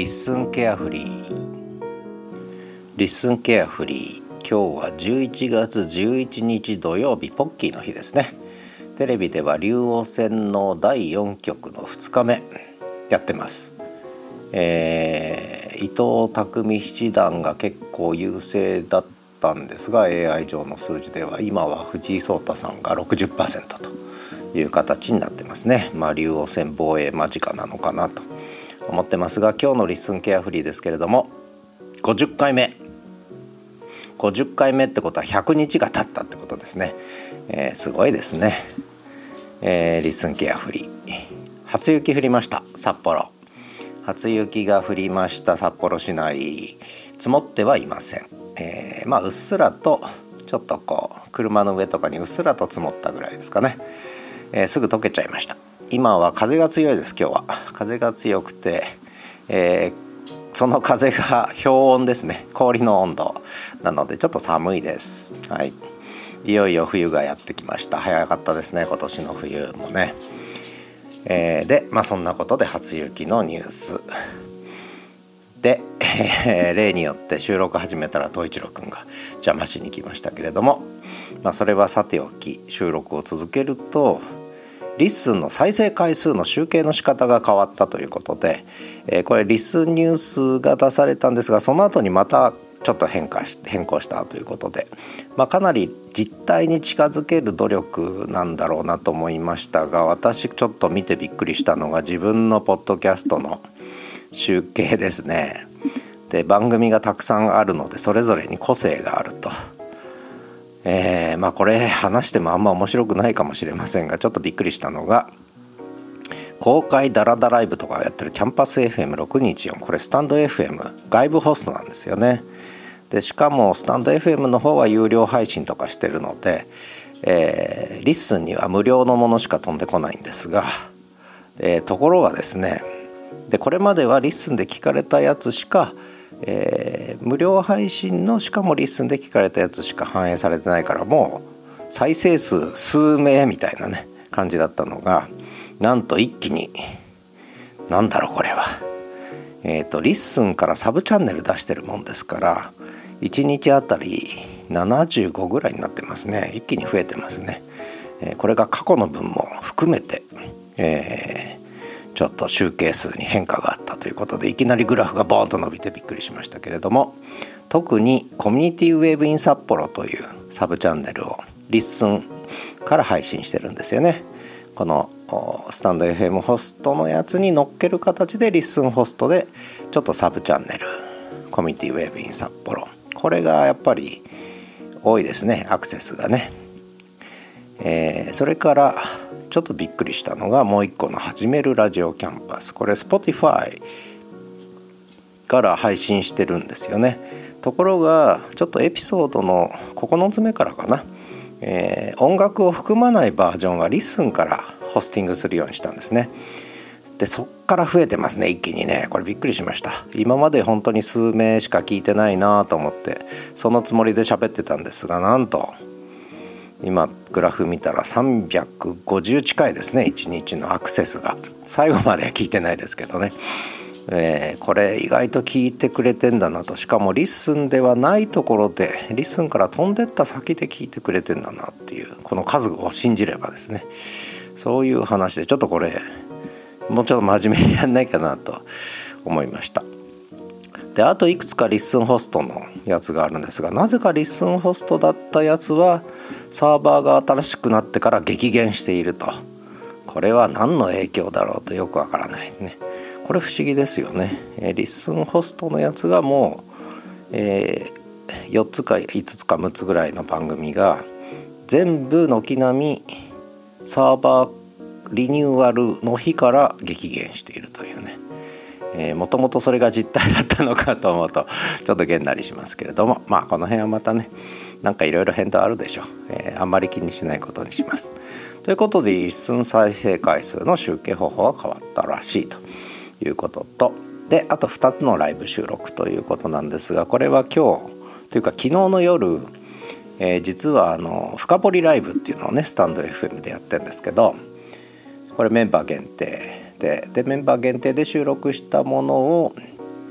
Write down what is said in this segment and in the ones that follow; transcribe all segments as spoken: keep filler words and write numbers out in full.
リッスンケアフリーリッスンケアフリー今日はじゅういちがつじゅういちにち土曜日、ポッキーの日ですね。テレビでは竜王戦のだいよんきょくのふつかめやってます。えー、伊藤匠七段が結構優勢だったんですが エーアイ 上の数字では今は藤井聡太さんが ろくじゅっパーセント という形になってますね。まあ竜王戦防衛間近なのかなと思ってますが、今日のリッスンケアフリーですけれどもごじゅっかいめごじゅっかいめってことはひゃくにちが経ったってことですね。えー、すごいですね。えー、リッスンケアフリー初雪降りました。札幌初雪が降りました。札幌市内積もってはいません。えー、まあうっすらとちょっとこう車の上とかにうっすらと積もったぐらいですかね。えー、すぐ溶けちゃいました。今は風が強いです。今日は風が強くて、えー、その風が氷温ですね。氷の温度なのでちょっと寒いです。はい、いよいよ冬がやってきました。早かったですね、今年の冬もね。えー、で、まあそんなことで初雪のニュースで、えー、例によって収録始めたら東一郎くんが邪魔しに来ましたけれども、まあそれはさておき、収録を続けるとリッスンの再生回数の集計の仕方が変わったということで、えー、これリッスンニュースが出されたんですが、その後にまたちょっと変化し変更したということで、まあ、かなり実態に近づける努力なんだろうなと思いましたが、私ちょっと見てびっくりしたのが自分のポッドキャストの集計ですね。で、番組がたくさんあるのでそれぞれに個性があると。えー、まあこれ話してもあんま面白くないかもしれませんが、ちょっとびっくりしたのが公開ダラダライブとかをやってるキャンパス エフエムろくにいちよん、これスタンド エフエム 外部ホストなんですよね。でしかもスタンド エフエム の方は有料配信とかしてるので、えー、リッスンには無料のものしか飛んでこないんですが、えー、ところがですね、でこれまではリッスンで聞かれたやつしか、えー、無料配信のしかもリッスンで聞かれたやつしか反映されてないから、もう再生数数名みたいなね感じだったのが、なんと一気になんだろうこれは、えーとリッスンからサブチャンネル出してるもんですから、いちにちあたりななじゅうごぐらいになってますね。一気に増えてますね。えー、これが過去の分も含めて、えー、ちょっと集計数に変化があったということで、いきなりグラフがボーンと伸びてびっくりしましたけれども、特にコミュニティウェーブイン札幌というサブチャンネルをリッスンから配信してるんですよね。このスタンド エフエム ホストのやつに乗っける形でリッスンホストでちょっとサブチャンネルコミュニティウェーブイン札幌、これがやっぱり多いですね、アクセスがね。えー、それからちょっとびっくりしたのがもう一個の始めるラジオキャンパス、これ Spotify から配信してるんですよね。ところがちょっとエピソードのここのつめからかな、えー、音楽を含まないバージョンはリッスンからホスティングするようにしたんですね。でそっから増えてますね、一気にね。これびっくりしました。今まで本当に数名しか聞いてないなと思ってそのつもりで喋ってたんですが、なんと今グラフ見たらさんびゃくごじゅう近いですね、いちにちのアクセスが。最後までは聞いてないですけどね。えー、これ意外と聞いてくれてんだなと。しかもリッスンではないところで、リッスンから飛んでった先で聞いてくれてんだなっていう、この数を信じればですね、そういう話でちょっとこれもうちょっと真面目にやんなきゃなと思いました。であといくつかリッスンホストのやつがあるんですが、なぜかリッスンホストだったやつはサーバーが新しくなってから激減していると。これは何の影響だろうとよくわからないね。これ不思議ですよね。えリッスンホストのやつがもう、えー、よっつかいつつかむっつぐらいの番組が全部軒並みサーバーリニューアルの日から激減しているというね。えー、もともとそれが実態だったのかと思うとちょっとげんなりしますけれども、まあこの辺はまたね、なんかいろいろ変動あるでしょう。えー、あんまり気にしないことにします。ということでリッスン再生回数の集計方法は変わったらしいということと、であとふたつのライブ収録ということなんですが、これは今日というか昨日の夜、えー、実はあの深掘りライブっていうのをねスタンド エフエム でやってるんですけど、これメンバー限定ででメンバー限定で収録したものを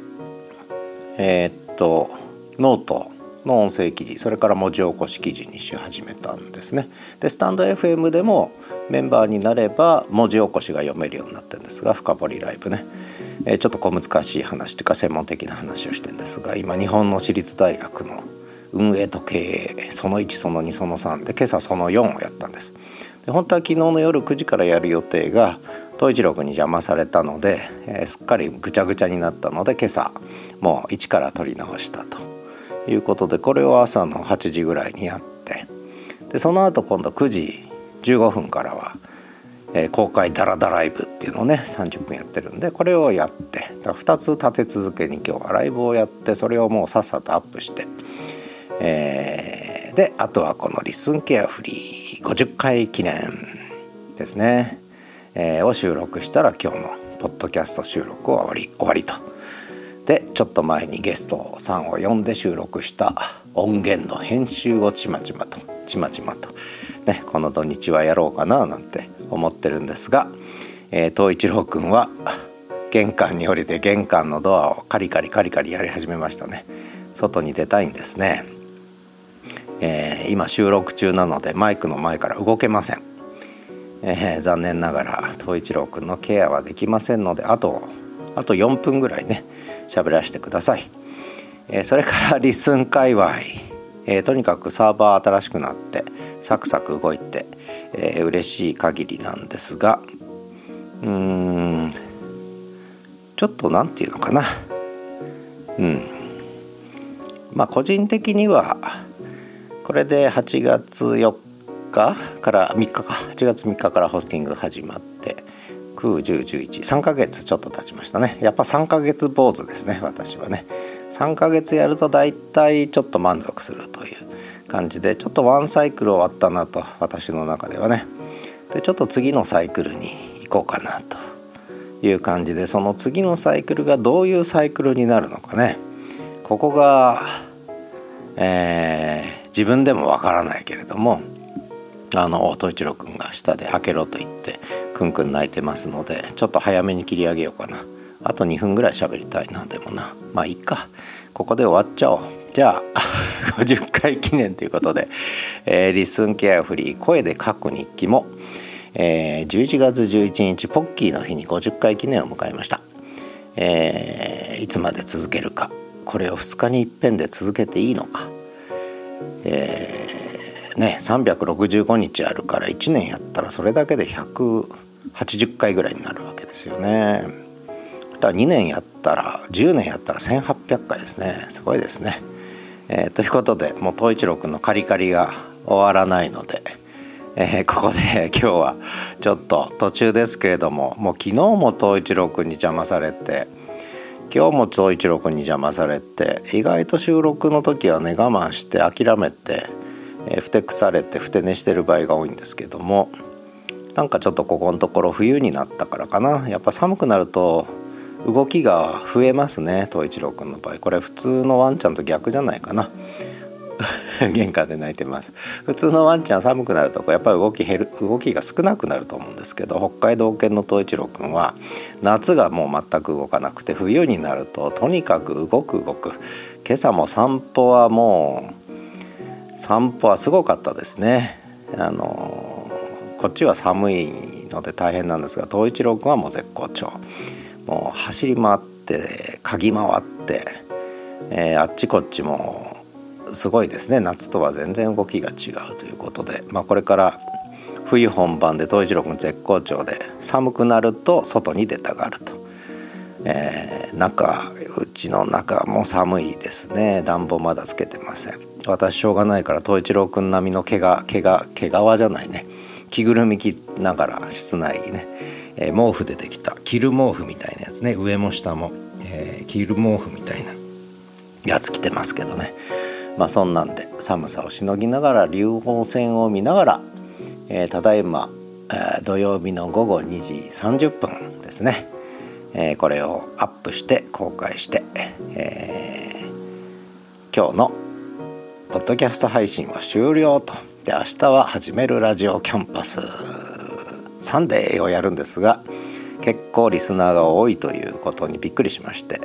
えー、っとノートの音声記事、それから文字起こし記事にし始めたんですね。でスタンド エフエム でもメンバーになれば文字起こしが読めるようになってるんですが、深掘りライブね、えー、ちょっと小難しい話というか専門的な話をしてるんですが、今日本の私立大学の運営と経営そのいちそのにそのさんで今朝そのよんをやったんです。で本当は昨日の夜くじからやる予定が東一郎君に邪魔されたので、えー、すっかりぐちゃぐちゃになったので今朝もう一から撮り直したということで、これを朝のはちじぐらいにやって、でその後今度くじじゅうごふんからは、えー、公開ダラダライブっていうのをねさんじゅっぷんやってるんで、これをやって、だからふたつ立て続けに今日はライブをやって、それをもうさっさとアップして、えー、であとはこのリスンケアフリーごじゅっかい記念ですね、えー、を収録したら今日のポッドキャスト収録は終わり終わりと。でちょっと前にゲストさんを呼んで収録した音源の編集をちまちまとちまちまと、ね、この土日はやろうかななんて思ってるんですが、えー、東一郎くんは玄関に降りて玄関のドアをカリカリカリカリやり始めましたね。外に出たいんですね。えー、今収録中なのでマイクの前から動けません。えー、残念ながら東一郎くんのケアはできませんので、あとあとよんぷんぐらいね喋らせてください。えー、それからリスン界隈、えー、とにかくサーバー新しくなってサクサク動いて、えー、嬉しい限りなんですが、うーんちょっとなんていうのかな、うんまあ個人的にはこれではちがつよっかからみっかかはちがつみっかからホスティング始まってきゅう、じゅう、じゅういち、さんかげつちょっと経ちましたね。やっぱさんかげつ坊主ですね、私はね。さんかげつやるとだいたいちょっと満足するという感じで、ちょっとワンサイクル終わったなと、私の中ではね。でちょっと次のサイクルに行こうかなという感じで、その次のサイクルがどういうサイクルになるのかね、ここが、えー、自分でもわからないけれども、あの東一郎くんが下で開けろと言ってくんくん泣いてますので、ちょっと早めに切り上げようかな。あとにふんぐらい喋りたいな。でもなまあいいか、ここで終わっちゃおう。じゃあごじゅっかい記念ということで、えー、リスンケアフリー声で書く日記も、えー、じゅういちがつじゅういちにちポッキーの日にごじゅっかい記念を迎えました。えー、いつまで続けるか、これをふつかに一遍で続けていいのか、えーね、さんびゃくろくじゅうごにちあるからいちねんやったらそれだけでひゃくはちじゅっかいぐらいになるわけですよね。だからにねんやったらじゅうねんやったらせんはっぴゃっかいですね。すごいですね。えー、ということでもう東一郎くんのカリカリが終わらないので、えー、ここで今日はちょっと途中ですけれども、もう昨日も東一郎くんに邪魔されて、今日も東一郎くんに邪魔されて、意外と収録の時はね我慢して諦めて、えー、ふてくされてふて寝してる場合が多いんですけども、なんかちょっとここのところ冬になったからかな、やっぱ寒くなると動きが増えますね、東一郎くんの場合。これ普通のワンちゃんと逆じゃないかな玄関で泣いてます。普通のワンちゃん寒くなるとやっぱり動き減る、動きが少なくなると思うんですけど、北海道犬の東一郎くんは夏がもう全く動かなくて、冬になるととにかく動く動く。今朝も散歩はもう散歩はすごかったですね。あのこっちは寒いので大変なんですが、東一郎くんはもう絶好調。もう走り回って嗅ぎ回って、えー、あっちこっちもすごいですね。夏とは全然動きが違うということで、まあ、これから冬本番で東一郎くん絶好調で、寒くなると外に出たがると、えー、中うちの中も寒いですね。暖房まだつけてません。私しょうがないから東一郎くん並みの毛が毛が毛皮じゃないね、着ぐるみ着ながら室内にね、えー、毛布でできた着る毛布みたいなやつね、上も下も、えー、着る毛布みたいなやつ着てますけどね。まあそんなんで寒さをしのぎながら竜王戦を見ながら、えー、ただいま、えー、土曜日のごごにじさんじゅっぷんですね、えー、これをアップして公開して、えー、今日のポッドキャスト配信は終了と。で明日は始めるラジオキャンパスサンデーをやるんですが、結構リスナーが多いということにびっくりしまして、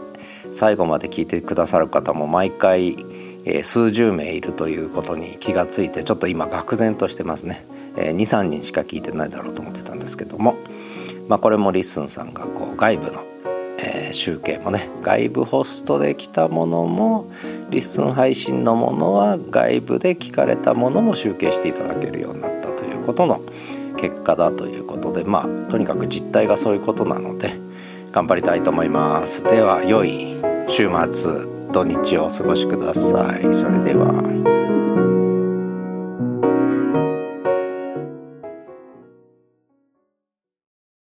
最後まで聞いてくださる方も毎回、えー、数十名いるということに気がついて、ちょっと今愕然としてますね。えー、にさんにんしか聞いてないだろうと思ってたんですけども、まあ、これもリッスンさんがこう外部の、えー、集計もね、外部ホストで来たものもリッスン配信のものは外部で聞かれたものも集計していただけるようになったということの結果だということで、まあとにかく実態がそういうことなので頑張りたいと思います。では良い週末土日をお過ごしください。それでは。